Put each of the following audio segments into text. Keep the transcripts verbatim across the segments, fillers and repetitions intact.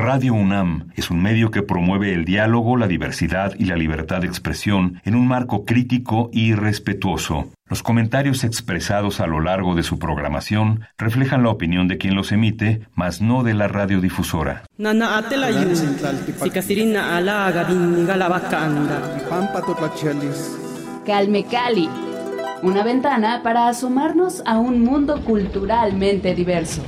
Radio UNAM es un medio que promueve el diálogo, la diversidad y la libertad de expresión en un marco crítico y respetuoso. Los comentarios expresados a lo largo de su programación reflejan la opinión de quien los emite, mas no de la radiodifusora. Calme Cali, una ventana para asomarnos a un mundo culturalmente diverso.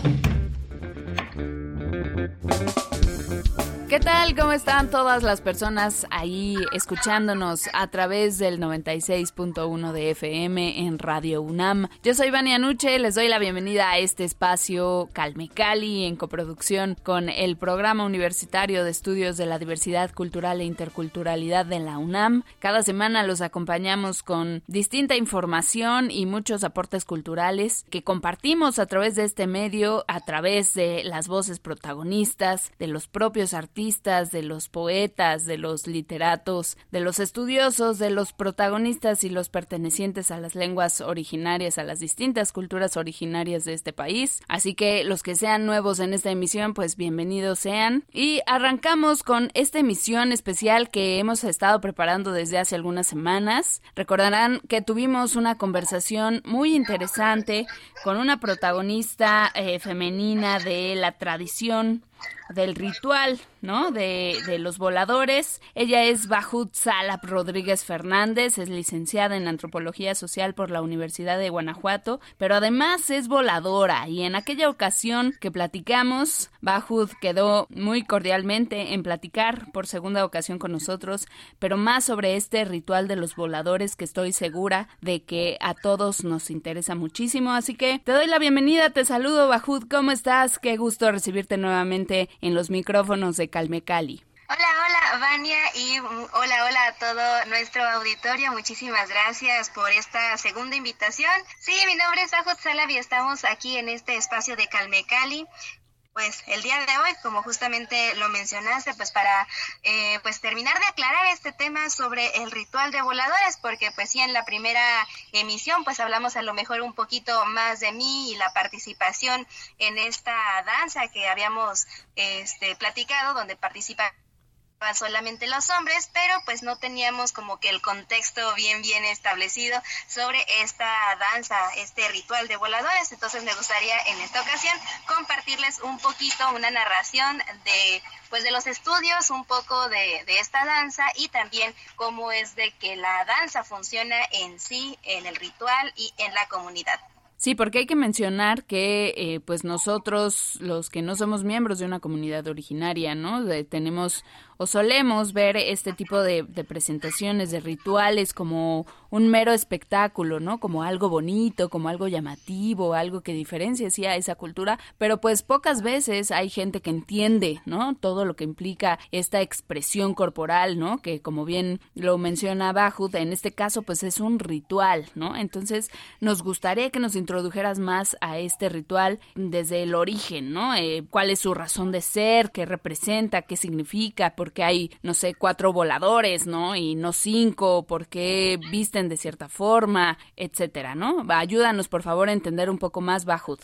¿Qué tal? ¿Cómo están todas las personas ahí escuchándonos a través del noventa y seis punto uno de F M en Radio UNAM? Yo soy Vania Nuche, les doy la bienvenida a este espacio Calme Cali en coproducción con el Programa Universitario de Estudios de la Diversidad Cultural e Interculturalidad de la UNAM. Cada semana los acompañamos con distinta información y muchos aportes culturales que compartimos a través de este medio, a través de las voces protagonistas, de los propios artistas, de los poetas, de los literatos, de los estudiosos, de los protagonistas y los pertenecientes a las lenguas originarias, a las distintas culturas originarias de este país. Así que los que sean nuevos en esta emisión, pues bienvenidos sean. Y arrancamos con esta emisión especial que hemos estado preparando desde hace algunas semanas. Recordarán que tuvimos una conversación muy interesante con una protagonista eh, femenina de la tradición del ritual, ¿no? De, de los voladores. Ella es Bahut Salab Rodríguez Fernández, es licenciada en Antropología Social por la Universidad de Guanajuato, pero además es voladora, y en aquella ocasión que platicamos, Bahut quedó muy cordialmente en platicar por segunda ocasión con nosotros, pero más sobre este ritual de los voladores que estoy segura de que a todos nos interesa muchísimo. Así que te doy la bienvenida, te saludo, Bahut, ¿cómo estás? Qué gusto recibirte nuevamente en los micrófonos de Calme Cali. Hola, hola, Vania, y hola, hola a todo nuestro auditorio. Muchísimas gracias por esta segunda invitación. Sí, mi nombre es Bahut Salab y estamos aquí en este espacio de Calme Cali. Pues el día de hoy, como justamente lo mencionaste, pues para eh, pues terminar de aclarar este tema sobre el ritual de voladores, porque pues sí, en la primera emisión pues hablamos a lo mejor un poquito más de mí y la participación en esta danza que habíamos este platicado, donde participa solamente los hombres, pero pues no teníamos como que el contexto bien bien establecido sobre esta danza, este ritual de voladores. Entonces me gustaría en esta ocasión compartirles un poquito una narración de pues de los estudios, un poco de, de esta danza, y también cómo es de que la danza funciona en sí, en el ritual y en la comunidad. Sí, porque hay que mencionar que eh, pues nosotros, los que no somos miembros de una comunidad originaria, ¿no? De, tenemos o solemos ver este tipo de, de presentaciones, de rituales como un mero espectáculo, ¿no? Como algo bonito, como algo llamativo, algo que diferencia sí a esa cultura, pero pues pocas veces hay gente que entiende, ¿no? Todo lo que implica esta expresión corporal, ¿no? Que como bien lo menciona Bahut, en este caso pues es un ritual, ¿no? Entonces nos gustaría que nos introdujeras más a este ritual desde el origen, ¿no? Eh, ¿Cuál es su razón de ser? ¿Qué representa? ¿Qué significa? ¿Por qué hay, no sé, cuatro voladores, ¿no? Y no cinco, ¿por qué visten de cierta forma, etcétera, ¿no? Ayúdanos, por favor, a entender un poco más, Bahut.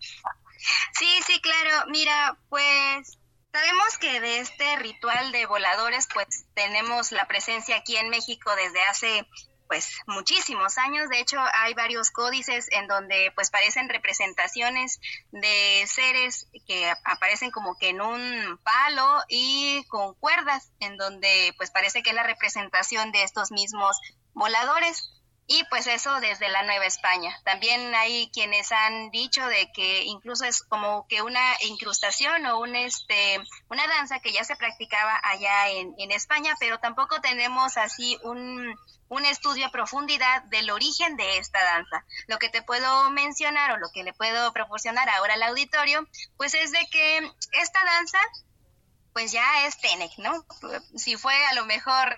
Sí, sí, claro. Mira, pues sabemos que de este ritual de voladores, pues tenemos la presencia aquí en México desde hace pues muchísimos años. De hecho, hay varios códices en donde pues parecen representaciones de seres que aparecen como que en un palo y con cuerdas, en donde pues parece que es la representación de estos mismos voladores. Y pues eso desde la Nueva España. También hay quienes han dicho de que incluso es como que una incrustación o un este una danza que ya se practicaba allá en, en España, pero tampoco tenemos así un, un estudio a profundidad del origen de esta danza. Lo que te puedo mencionar o lo que le puedo proporcionar ahora al auditorio, pues es de que esta danza pues ya es Tenec, ¿no? Si fue a lo mejor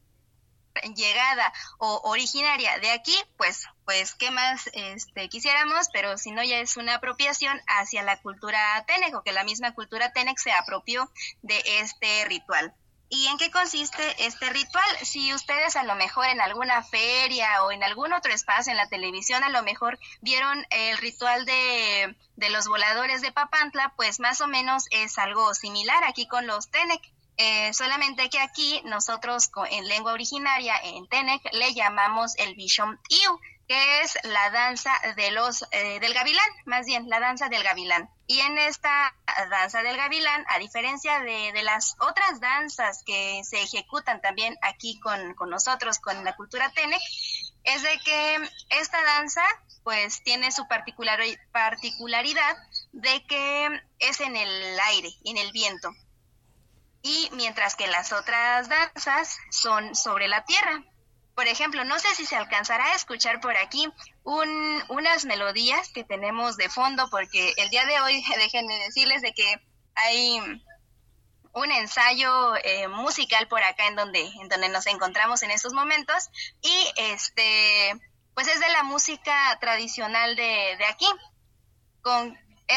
llegada o originaria de aquí, pues pues qué más este quisiéramos, pero si no ya es una apropiación hacia la cultura Tenec, o que la misma cultura Tenec se apropió de este ritual. ¿Y en qué consiste este ritual? Si ustedes a lo mejor en alguna feria o en algún otro espacio en la televisión a lo mejor vieron el ritual de, de los voladores de Papantla, pues más o menos es algo similar aquí con los Tenec. Eh, solamente que aquí nosotros en lengua originaria, en Tenec, le llamamos el Bishom-Iu, que es la danza de los eh, del gavilán, más bien la danza del gavilán. Y en esta danza del gavilán, a diferencia de, de las otras danzas que se ejecutan también aquí con, con nosotros, con la cultura Tenec, es de que esta danza pues tiene su particular, particularidad de que es en el aire, en el viento. Y mientras que las otras danzas son sobre la tierra. Por ejemplo, no sé si se alcanzará a escuchar por aquí un, unas melodías que tenemos de fondo, porque el día de hoy, déjenme decirles de que hay un ensayo eh, musical por acá en donde, en donde nos encontramos en estos momentos, y este pues es de la música tradicional de, de aquí. Con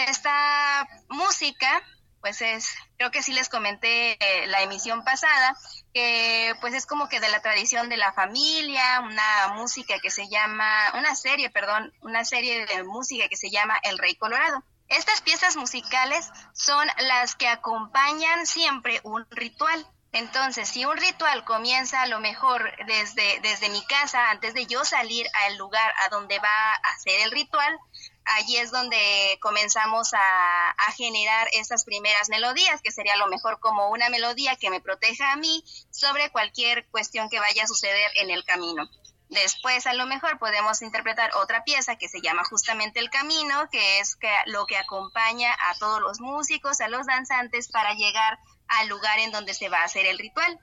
esta música, pues es, creo que sí les comenté eh, la emisión pasada, que pues es como que de la tradición de la familia, una música que se llama, una serie, perdón, una serie de música que se llama El Rey Colorado. Estas piezas musicales son las que acompañan siempre un ritual. Entonces, si un ritual comienza a lo mejor desde, desde mi casa, antes de yo salir al lugar a donde va a hacer el ritual, allí es donde comenzamos a, a generar esas primeras melodías, que sería a lo mejor como una melodía que me proteja a mí sobre cualquier cuestión que vaya a suceder en el camino. Después a lo mejor podemos interpretar otra pieza que se llama justamente El Camino, que es que lo que acompaña a todos los músicos, a los danzantes para llegar al lugar en donde se va a hacer el ritual.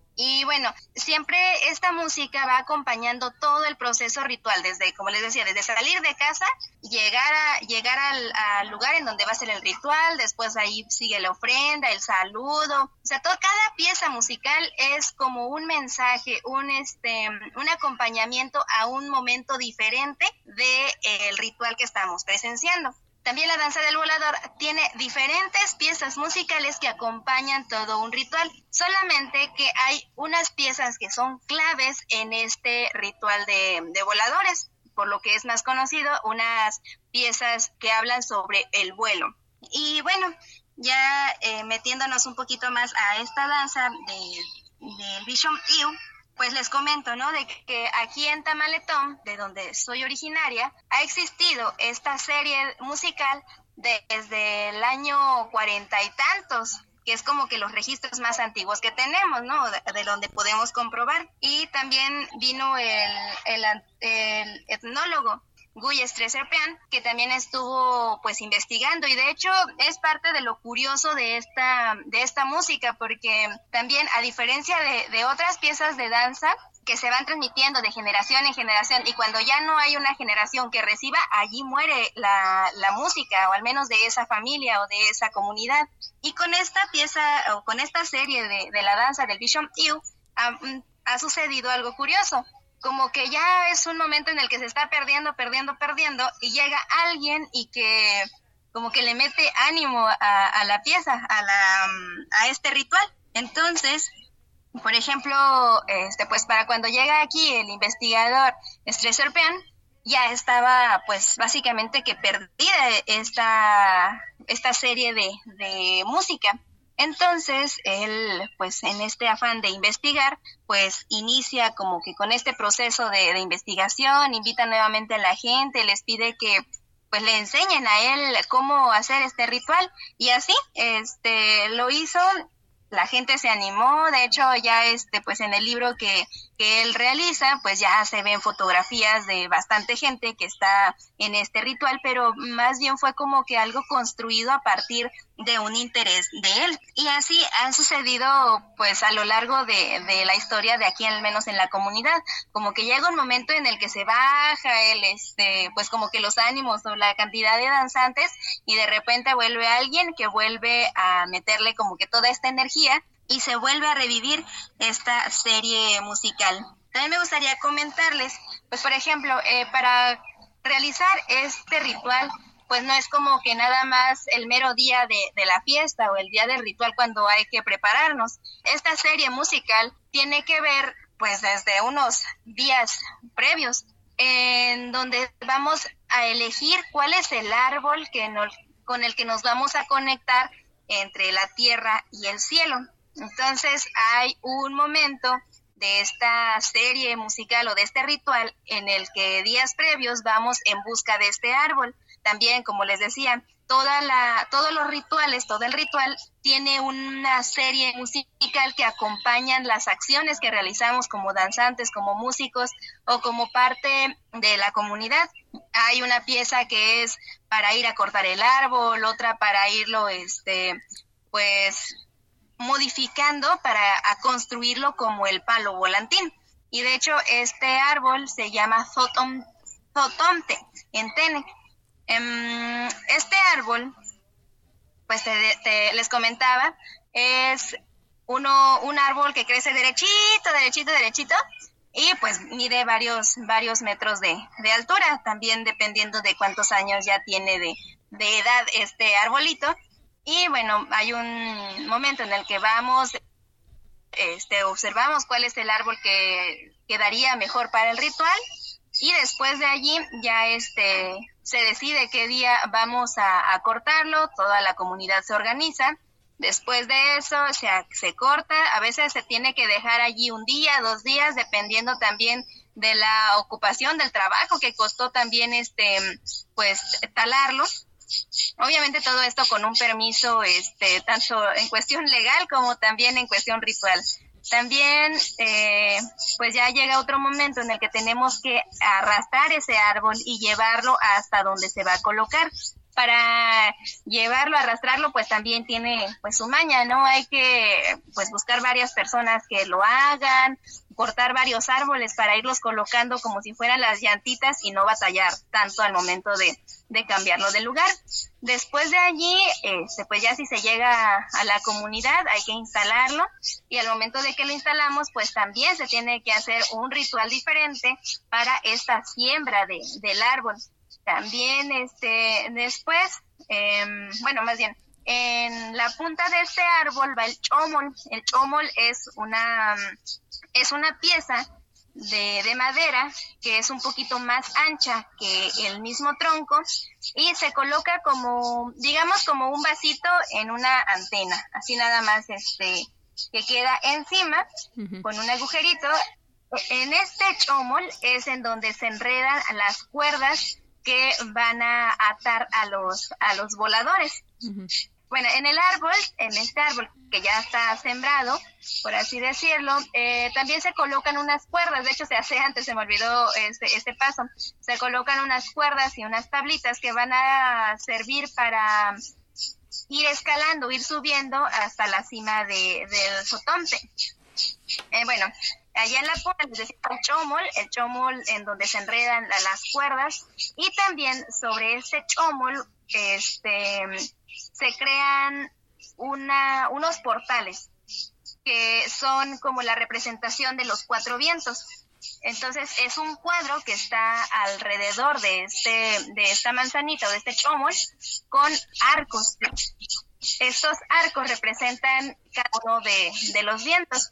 Y bueno, siempre esta música va acompañando todo el proceso ritual, desde, como les decía, desde salir de casa, llegar a llegar al, al lugar en donde va a ser el ritual, después ahí sigue la ofrenda, el saludo. O sea, todo, cada pieza musical es como un mensaje, un este un acompañamiento a un momento diferente del ritual que estamos presenciando. También la danza del volador tiene diferentes piezas musicales que acompañan todo un ritual, solamente que hay unas piezas que son claves en este ritual de, de voladores, por lo que es más conocido, unas piezas que hablan sobre el vuelo. Y bueno, ya eh, metiéndonos un poquito más a esta danza del de Bishom-Iu, pues les comento, ¿no?, de que aquí en Tamaletón, de donde soy originaria, ha existido esta serie musical desde el año cuarenta y tantos, que es como que los registros más antiguos que tenemos, ¿no?, de, de donde podemos comprobar. Y también vino el, el, el etnólogo Guy Stresserpean, que también estuvo pues investigando, y de hecho es parte de lo curioso de esta de esta música, porque también, a diferencia de, de otras piezas de danza que se van transmitiendo de generación en generación, y cuando ya no hay una generación que reciba, allí muere la, la música, o al menos de esa familia o de esa comunidad. Y con esta pieza, o con esta serie de, de la danza del Bishom-Iu, ha, ha sucedido algo curioso. Como que ya es un momento en el que se está perdiendo, perdiendo, perdiendo, y llega alguien y que como que le mete ánimo a, a la pieza, a la a este ritual. Entonces, por ejemplo, este pues para cuando llega aquí el investigador Stresserpean, ya estaba pues básicamente que perdida esta, esta serie de, de música. Entonces, él, pues en este afán de investigar, pues inicia como que con este proceso de, de investigación, invita nuevamente a la gente, les pide que pues le enseñen a él cómo hacer este ritual, y así este lo hizo. La gente se animó, de hecho ya este pues en el libro que, que él realiza, pues ya se ven fotografías de bastante gente que está en este ritual, pero más bien fue como que algo construido a partir de un interés de él. Y así ha sucedido pues a lo largo de, de la historia de aquí, al menos en la comunidad, como que llega un momento en el que se baja el este pues como que los ánimos o la cantidad de danzantes, y de repente vuelve alguien que vuelve a meterle como que toda esta energía y se vuelve a revivir esta serie musical. También me gustaría comentarles, pues por ejemplo, eh, para realizar este ritual pues no es como que nada más el mero día de, de la fiesta o el día del ritual cuando hay que prepararnos. Esta serie musical tiene que ver pues desde unos días previos, en donde vamos a elegir cuál es el árbol que nos, con el que nos vamos a conectar entre la tierra y el cielo. Entonces hay un momento de esta serie musical o de este ritual en el que días previos vamos en busca de este árbol. También, como les decía, toda la, todos los rituales, todo el ritual tiene una serie musical que acompañan las acciones que realizamos como danzantes, como músicos o como parte de la comunidad. Hay una pieza que es para ir a cortar el árbol, otra para irlo, este, pues, modificando para a construirlo como el palo volantín. Y de hecho, este árbol se llama Zotom, Zotomte en Tenec. Este árbol, pues te, te, les comentaba, es uno un árbol que crece derechito, derechito, derechito, y pues mide varios varios metros de, de altura, también dependiendo de cuántos años ya tiene de, de edad este arbolito. Y bueno, hay un momento en el que vamos, este, observamos cuál es el árbol que quedaría mejor para el ritual, y después de allí ya este se decide qué día vamos a, a cortarlo, toda la comunidad se organiza. Después de eso se, se corta, a veces se tiene que dejar allí un día, dos días, dependiendo también de la ocupación, del trabajo que costó también este pues talarlo. Obviamente todo esto con un permiso, este, tanto en cuestión legal como también en cuestión ritual. También, eh, pues ya llega otro momento en el que tenemos que arrastrar ese árbol y llevarlo hasta donde se va a colocar. Para llevarlo, arrastrarlo, pues también tiene pues su maña, ¿no? Hay que pues buscar varias personas que lo hagan, cortar varios árboles para irlos colocando como si fueran las llantitas y no batallar tanto al momento de, de cambiarlo de lugar. Después de allí, este, pues ya si se llega a la comunidad hay que instalarlo, y al momento de que lo instalamos, pues también se tiene que hacer un ritual diferente para esta siembra de, del árbol. También este después, eh, bueno, más bien, en la punta de este árbol va el chomol. El chomol es una, es una pieza de, de madera que es un poquito más ancha que el mismo tronco, y se coloca como, digamos, como un vasito en una antena, así nada más este que queda encima, uh-huh, con un agujerito. En este chomol es en donde se enredan las cuerdas que van a atar a los a los voladores. Uh-huh. Bueno, en el árbol, en este árbol que ya está sembrado, por así decirlo, eh, también se colocan unas cuerdas. De hecho, se hace antes, se me olvidó este, este paso. Se colocan unas cuerdas y unas tablitas que van a servir para ir escalando, ir subiendo hasta la cima de, del Zotomte. Eh, bueno, allá en la punta les decía el chomol, el chomol en donde se enredan las cuerdas, y también sobre este chomol este, se crean una, unos portales que son como la representación de los cuatro vientos. Entonces es un cuadro que está alrededor de este de esta manzanita o de este chomol con arcos. Estos arcos representan cada uno de, de los vientos.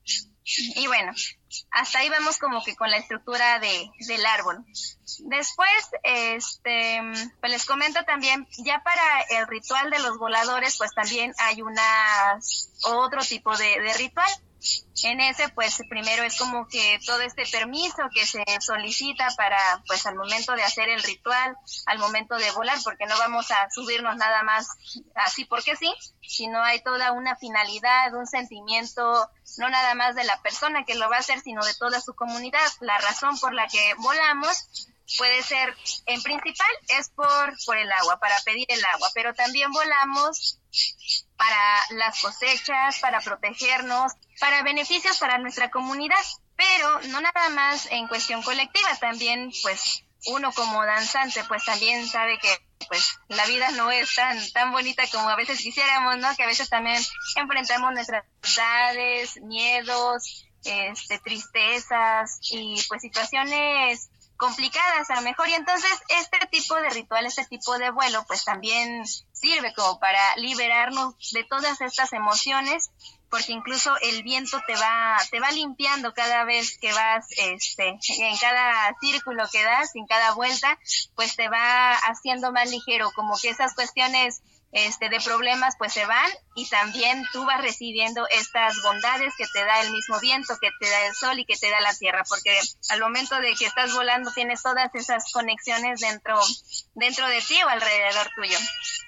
Y bueno, hasta ahí vamos como que con la estructura de, del árbol. Después, este, pues les comento también, ya para el ritual de los voladores, pues también hay una, otro tipo de, de ritual. En ese, pues primero es como que todo este permiso que se solicita para, pues al momento de hacer el ritual, al momento de volar, porque no vamos a subirnos nada más así porque sí, sino hay toda una finalidad, un sentimiento, no nada más de la persona que lo va a hacer, sino de toda su comunidad. La razón por la que volamos puede ser, en principal, es por, por el agua, para pedir el agua, pero también volamos para las cosechas, para protegernos, para beneficios para nuestra comunidad, pero no nada más en cuestión colectiva, también pues uno como danzante pues también sabe que pues la vida no es tan tan bonita como a veces quisiéramos, ¿no? Que a veces también enfrentamos nuestras ansiedades, miedos, este, tristezas y pues situaciones complicadas a lo mejor, y entonces este tipo de ritual, este tipo de vuelo, pues también sirve como para liberarnos de todas estas emociones, porque incluso el viento te va te va limpiando cada vez que vas, este en cada círculo que das, en cada vuelta, pues te va haciendo más ligero, como que esas cuestiones este de problemas pues se van, y también tú vas recibiendo estas bondades que te da el mismo viento, que te da el sol y que te da la tierra, porque al momento de que estás volando tienes todas esas conexiones dentro dentro de ti o alrededor tuyo.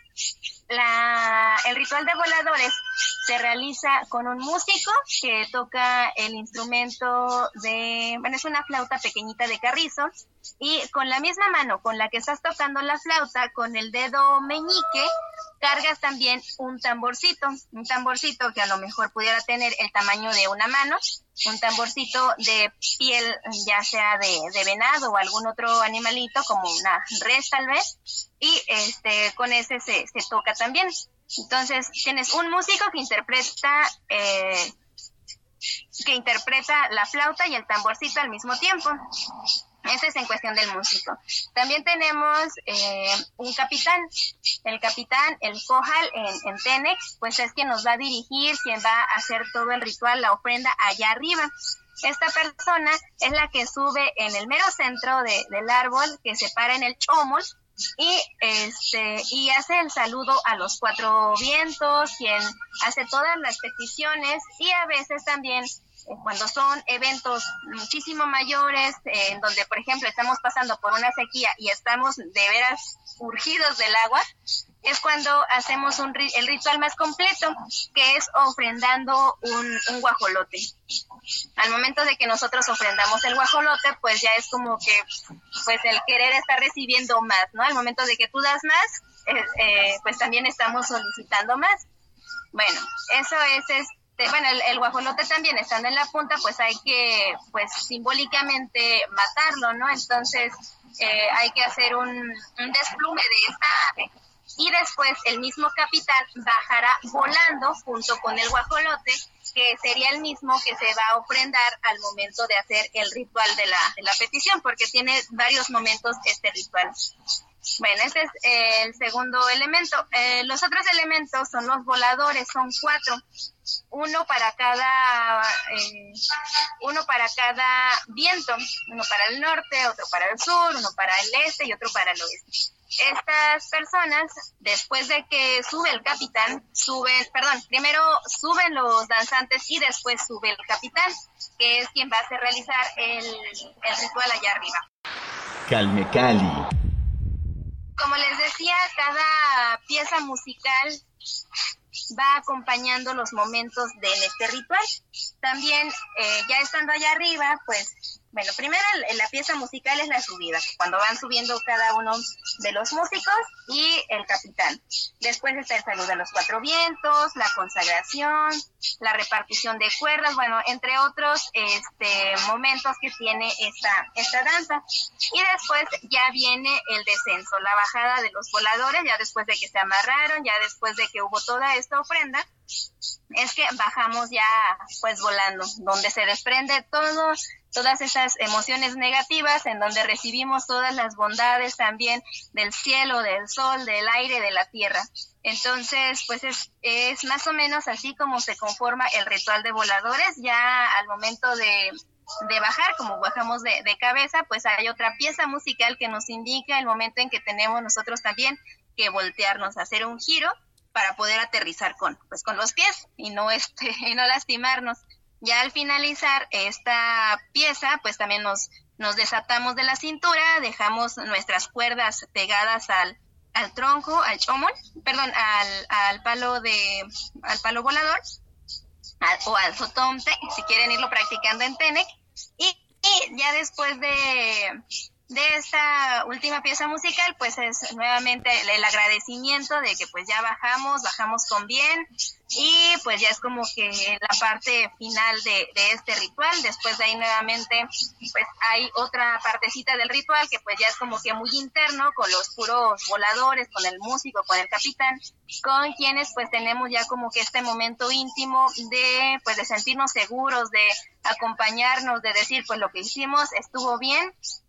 La, el ritual de voladores se realiza con un músico que toca el instrumento de, bueno, es una flauta pequeñita de carrizo, y con la misma mano con la que estás tocando la flauta, con el dedo meñique, cargas también un tamborcito, un tamborcito que a lo mejor pudiera tener el tamaño de una mano, un tamborcito de piel, ya sea de, de venado o algún otro animalito, como una res tal vez, y este con ese se, se toca también. Entonces tienes un músico que interpreta eh, que interpreta la flauta y el tamborcito al mismo tiempo. Eso es en cuestión del músico. También tenemos eh, un capitán. El capitán, el Kohal en, en Tenec, pues es quien nos va a dirigir, quien va a hacer todo el ritual, la ofrenda allá arriba. Esta persona es la que sube en el mero centro de, del árbol, que se para en el chomol, y este y hace el saludo a los cuatro vientos, quien hace todas las peticiones, y a veces también cuando son eventos muchísimo mayores, eh, en donde, por ejemplo, estamos pasando por una sequía y estamos de veras urgidos del agua, es cuando hacemos un, el ritual más completo, que es ofrendando un, un guajolote. Al momento de que nosotros ofrendamos el guajolote, pues ya es como que pues el querer estar recibiendo más, ¿no? Al momento de que tú das más, eh, eh, pues también estamos solicitando más. Bueno, eso es... es Bueno, el, el guajolote también estando en la punta, pues hay que, pues simbólicamente matarlo, ¿no? Entonces eh, hay que hacer un, un desplume de esta ave, y después el mismo capitán bajará volando junto con el guajolote, que sería el mismo que se va a ofrendar al momento de hacer el ritual de la, de la petición, porque tiene varios momentos este ritual. Bueno, este es eh, el segundo elemento. Eh, los otros elementos son los voladores, son cuatro, uno para cada eh, uno para cada viento, uno para el norte, otro para el sur, uno para el este y otro para el oeste. Estas personas, después de que sube el capitán, suben, perdón, primero suben los danzantes y después sube el capitán, que es quien va a hacer realizar el, el ritual allá arriba. Calmecali. Como les decía, cada pieza musical va acompañando los momentos de este ritual. También, eh, ya estando allá arriba, pues, bueno, primero la pieza musical es la subida, cuando van subiendo cada uno de los músicos y el capitán. Después está el saludo a los cuatro vientos, la consagración, la repartición de cuerdas, bueno, entre otros este momentos que tiene esta, esta danza. Y después ya viene el descenso, la bajada de los voladores, ya después de que se amarraron, ya después de que hubo toda esta ofrenda, es que bajamos ya pues volando, donde se desprende todo, todas esas emociones negativas, en donde recibimos todas las bondades también del cielo, del sol, del aire, de la tierra. Entonces, pues es, es más o menos así como se conforma el ritual de voladores. Ya al momento de, de bajar, como bajamos de, de cabeza, pues hay otra pieza musical que nos indica el momento en que tenemos nosotros también que voltearnos, hacer un giro para poder aterrizar con, pues con los pies y no este, y no lastimarnos. Ya al finalizar esta pieza, pues también nos, nos desatamos de la cintura, dejamos nuestras cuerdas pegadas al, al tronco, al chomol, perdón, al, al palo de, al palo volador, al, o al sotomte, si quieren irlo practicando en Tenec, y, y ya después de, de esta última pieza musical, pues es nuevamente el, el agradecimiento de que pues ya bajamos, bajamos con bien, y pues ya es como que la parte final de, de este ritual. Después de ahí nuevamente pues hay otra partecita del ritual que pues ya es como que muy interno, con los puros voladores, con el músico, con el capitán, con quienes pues tenemos ya como que este momento íntimo de pues de sentirnos seguros, de acompañarnos, de decir pues lo que hicimos estuvo bien, y pues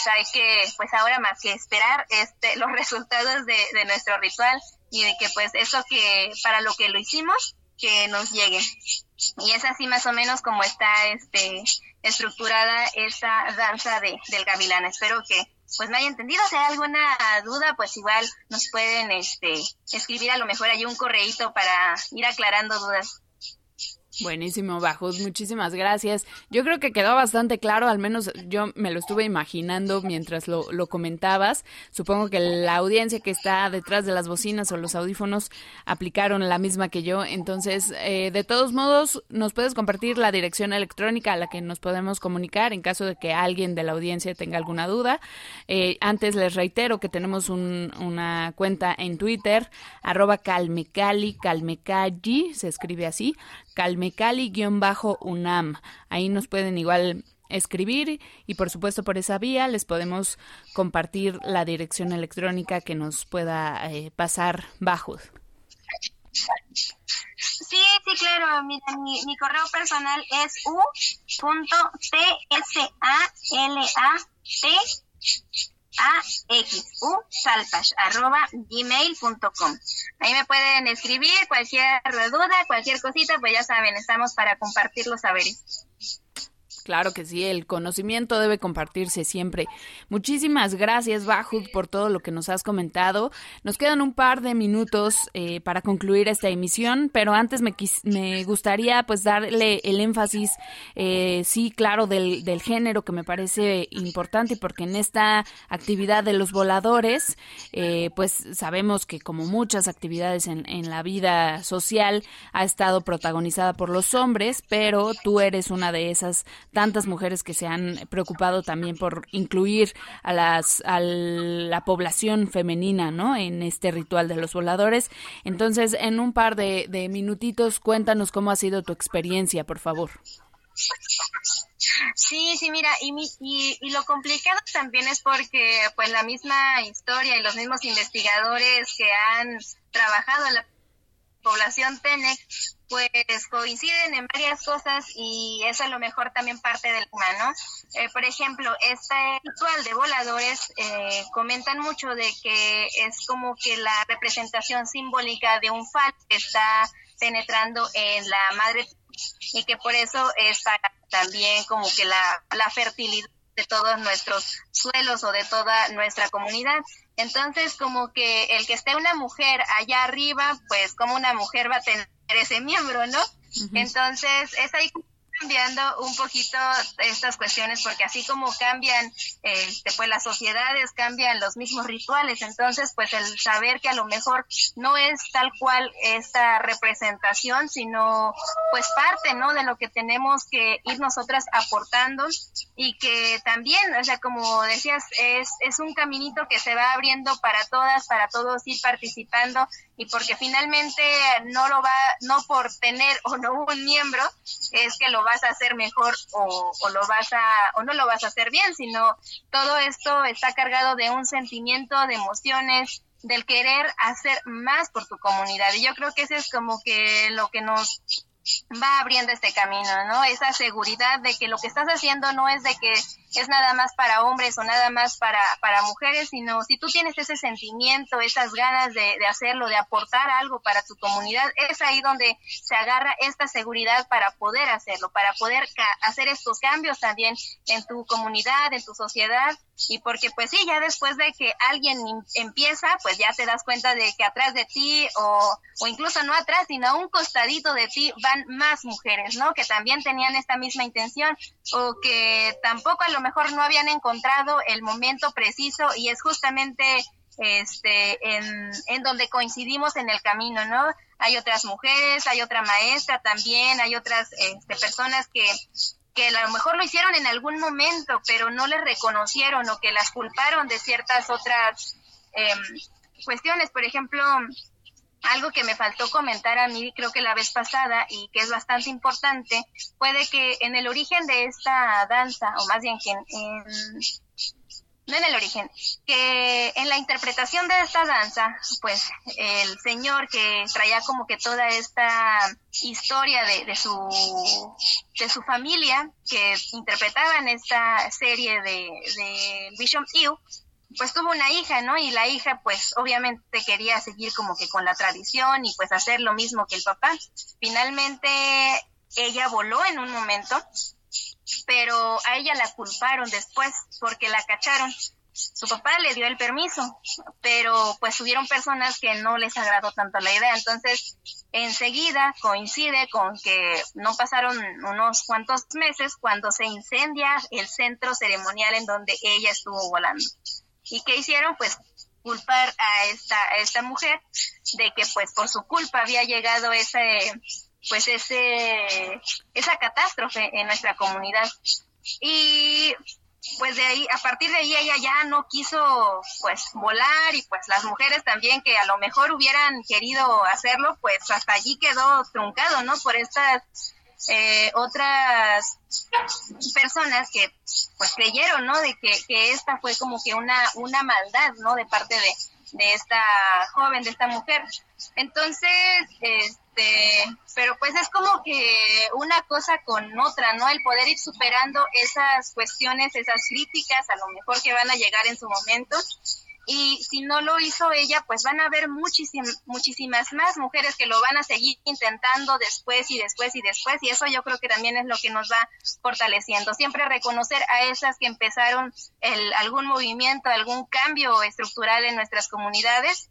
pues hay que, pues ahora más que esperar este los resultados de, de nuestro ritual y de que pues eso que para lo que lo hicimos, que nos llegue. Y es así más o menos como está este estructurada esa danza de del gavilán. Espero que pues me haya entendido. Si hay alguna duda, pues igual nos pueden este escribir a lo mejor hay un correíto para ir aclarando dudas. Buenísimo, Bajut, muchísimas gracias. Yo creo que quedó bastante claro, al menos yo me lo estuve imaginando mientras lo, lo comentabas. Supongo que la audiencia que está detrás de las bocinas o los audífonos aplicaron la misma que yo. Entonces, eh, de todos modos, nos puedes compartir la dirección electrónica a la que nos podemos comunicar en caso de que alguien de la audiencia tenga alguna duda. Eh, antes les reitero que tenemos un, una cuenta en Twitter, arroba calmecali, calmecalli, se escribe así, calmecali-unam. Ahí nos pueden igual escribir y por supuesto por esa vía les podemos compartir la dirección electrónica que nos pueda eh, pasar Bajut. Sí, sí, claro. Mira, mi, mi correo personal es u punto t s a l a t a x u salpash arroba gmail punto com. Ahí me pueden escribir cualquier duda, cualquier cosita, pues ya saben, estamos para compartir los saberes. Claro que sí, el conocimiento debe compartirse siempre. Muchísimas gracias, Bajut, por todo lo que nos has comentado. Nos quedan un par de minutos eh, para concluir esta emisión, pero antes me, quis- me gustaría pues darle el énfasis, eh, sí, claro, del, del género, que me parece importante, porque en esta actividad de los voladores, eh, pues sabemos que como muchas actividades en, en la vida social ha estado protagonizada por los hombres, pero tú eres una de esas tantas mujeres que se han preocupado también por incluir a las a la población femenina, ¿no?, en este ritual de los voladores. Entonces, en un par de, de minutitos, cuéntanos cómo ha sido tu experiencia, por favor. Sí, sí, mira, y, mi, y, y lo complicado también es porque pues la misma historia y los mismos investigadores que han trabajado en la población Tenec pues coinciden en varias cosas y eso a lo mejor también parte del tema, ¿no? Eh, por ejemplo, este ritual de voladores eh, comentan mucho de que es como que la representación simbólica de un falo que está penetrando en la madre y que por eso es para también como que la, la fertilidad de todos nuestros suelos o de toda nuestra comunidad. Entonces, como que el que esté una mujer allá arriba, pues como una mujer va a tener ese miembro, ¿no? Uh-huh. Entonces, es ahí cambiando un poquito estas cuestiones, porque así como cambian este, pues las sociedades, cambian los mismos rituales. Entonces, pues el saber que a lo mejor no es tal cual esta representación, sino pues parte, ¿no?, de lo que tenemos que ir nosotras aportando, y que también, o sea, como decías, es, es un caminito que se va abriendo para todas, para todos ir participando, y porque finalmente no lo va, no por tener o no un miembro, es que lo vas a hacer mejor o, o lo vas a, o no lo vas a hacer bien, sino todo esto está cargado de un sentimiento, de emociones, del querer hacer más por tu comunidad. Y yo creo que ese es como que lo que nos va abriendo este camino, ¿no? Esa seguridad de que lo que estás haciendo no es de que es nada más para hombres o nada más para, para mujeres, sino si tú tienes ese sentimiento, esas ganas de, de hacerlo, de aportar algo para tu comunidad, es ahí donde se agarra esta seguridad para poder hacerlo, para poder ca- hacer estos cambios también en tu comunidad, en tu sociedad. Y porque pues sí, ya después de que alguien empieza, pues ya te das cuenta de que atrás de ti, o, o incluso no atrás, sino a un costadito de ti van más mujeres, ¿no?, que también tenían esta misma intención, o que tampoco a lo mejor no habían encontrado el momento preciso, y es justamente este en, en donde coincidimos en el camino, ¿no? Hay otras mujeres, hay otra maestra también, hay otras este, personas que que a lo mejor lo hicieron en algún momento, pero no les reconocieron, o que las culparon de ciertas otras eh, cuestiones. Por ejemplo, algo que me faltó comentar a mí, creo que la vez pasada, y que es bastante importante, puede que en el origen de esta danza, o más bien que en, en, no en el origen, que en la interpretación de esta danza, pues el señor que traía como que toda esta historia de, de su de su familia, que interpretaba en esta serie de, de Bishop Hill, pues tuvo una hija, ¿no? Y la hija, pues obviamente quería seguir como que con la tradición y pues hacer lo mismo que el papá. Finalmente ella voló en un momento, pero a ella la culparon después porque la cacharon. Su papá le dio el permiso, pero pues hubieron personas que no les agradó tanto la idea. Entonces, enseguida coincide con que no pasaron unos cuantos meses cuando se incendia el centro ceremonial en donde ella estuvo volando. ¿Y qué hicieron? Pues culpar a esta, a esta mujer de que pues por su culpa había llegado ese, pues ese, esa catástrofe en nuestra comunidad. Y pues de ahí, a partir de ahí ella ya no quiso pues volar, y pues las mujeres también que a lo mejor hubieran querido hacerlo, pues hasta allí quedó truncado, ¿no? Por estas eh, otras personas que pues creyeron, ¿no? De que, que esta fue como que una, una maldad, ¿no? De parte de, de esta joven, de esta mujer. Entonces, este, pero pues es como que una cosa con otra, ¿no? El poder ir superando esas cuestiones, esas críticas, a lo mejor que van a llegar en su momento. Y si no lo hizo ella, pues van a haber muchísim- muchísimas más mujeres que lo van a seguir intentando después y después y después, y eso yo creo que también es lo que nos va fortaleciendo. Siempre reconocer a esas que empezaron el, algún movimiento, algún cambio estructural en nuestras comunidades.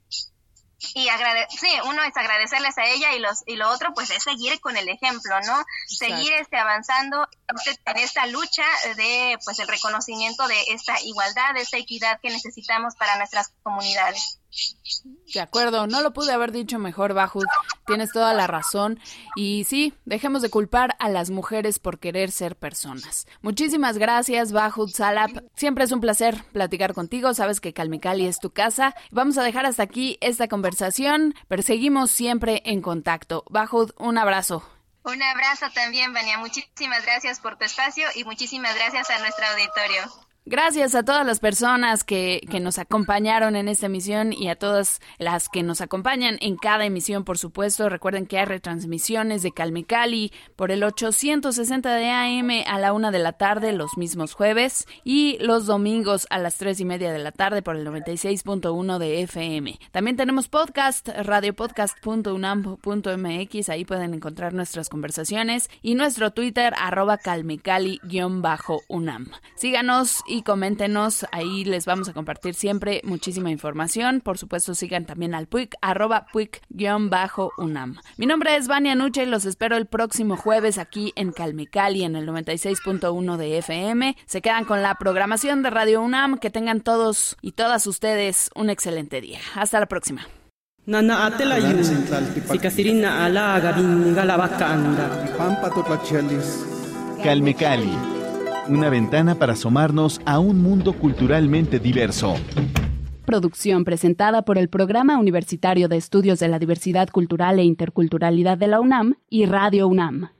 Y agrade- sí, uno es agradecerles a ella, y los y lo otro pues es seguir con el ejemplo, ¿no? Exacto. Seguir este avanzando en esta lucha de pues el reconocimiento de esta igualdad, de esta equidad que necesitamos para nuestras comunidades. De acuerdo, no lo pude haber dicho mejor, Bahut, tienes toda la razón. Y sí, dejemos de culpar a las mujeres por querer ser personas. Muchísimas gracias, Bahut Salap. Siempre es un placer platicar contigo, sabes que Calmecali es tu casa. Vamos a dejar hasta aquí esta conversación, pero seguimos siempre en contacto. Bahut, un abrazo. Un abrazo también, Vania. Muchísimas gracias por tu espacio y muchísimas gracias a nuestro auditorio. Gracias a todas las personas que, que nos acompañaron en esta emisión y a todas las que nos acompañan en cada emisión, por supuesto. Recuerden que hay retransmisiones de Calmecali por el ochocientos sesenta de A M a la una de la tarde los mismos jueves, y los domingos a las tres y media de la tarde por el noventa y seis punto uno de F M. También tenemos podcast, radiopodcast punto unam punto m x, ahí pueden encontrar nuestras conversaciones, y nuestro Twitter, arroba calmecali-unam. Síganos y coméntenos, ahí les vamos a compartir siempre muchísima información. Por supuesto, sigan también al Puic, arroba Puic-unam. Mi nombre es Vania Nuche y los espero el próximo jueves aquí en Calmecali, en el noventa y seis punto uno de F M. Se quedan con la programación de Radio UNAM. Que tengan todos y todas ustedes un excelente día. Hasta la próxima. Nana atelayu, sikasirina ala gabin galabacanga. Calmecali, una ventana para asomarnos a un mundo culturalmente diverso. Producción presentada por el Programa Universitario de Estudios de la Diversidad Cultural e Interculturalidad de la UNAM y Radio UNAM.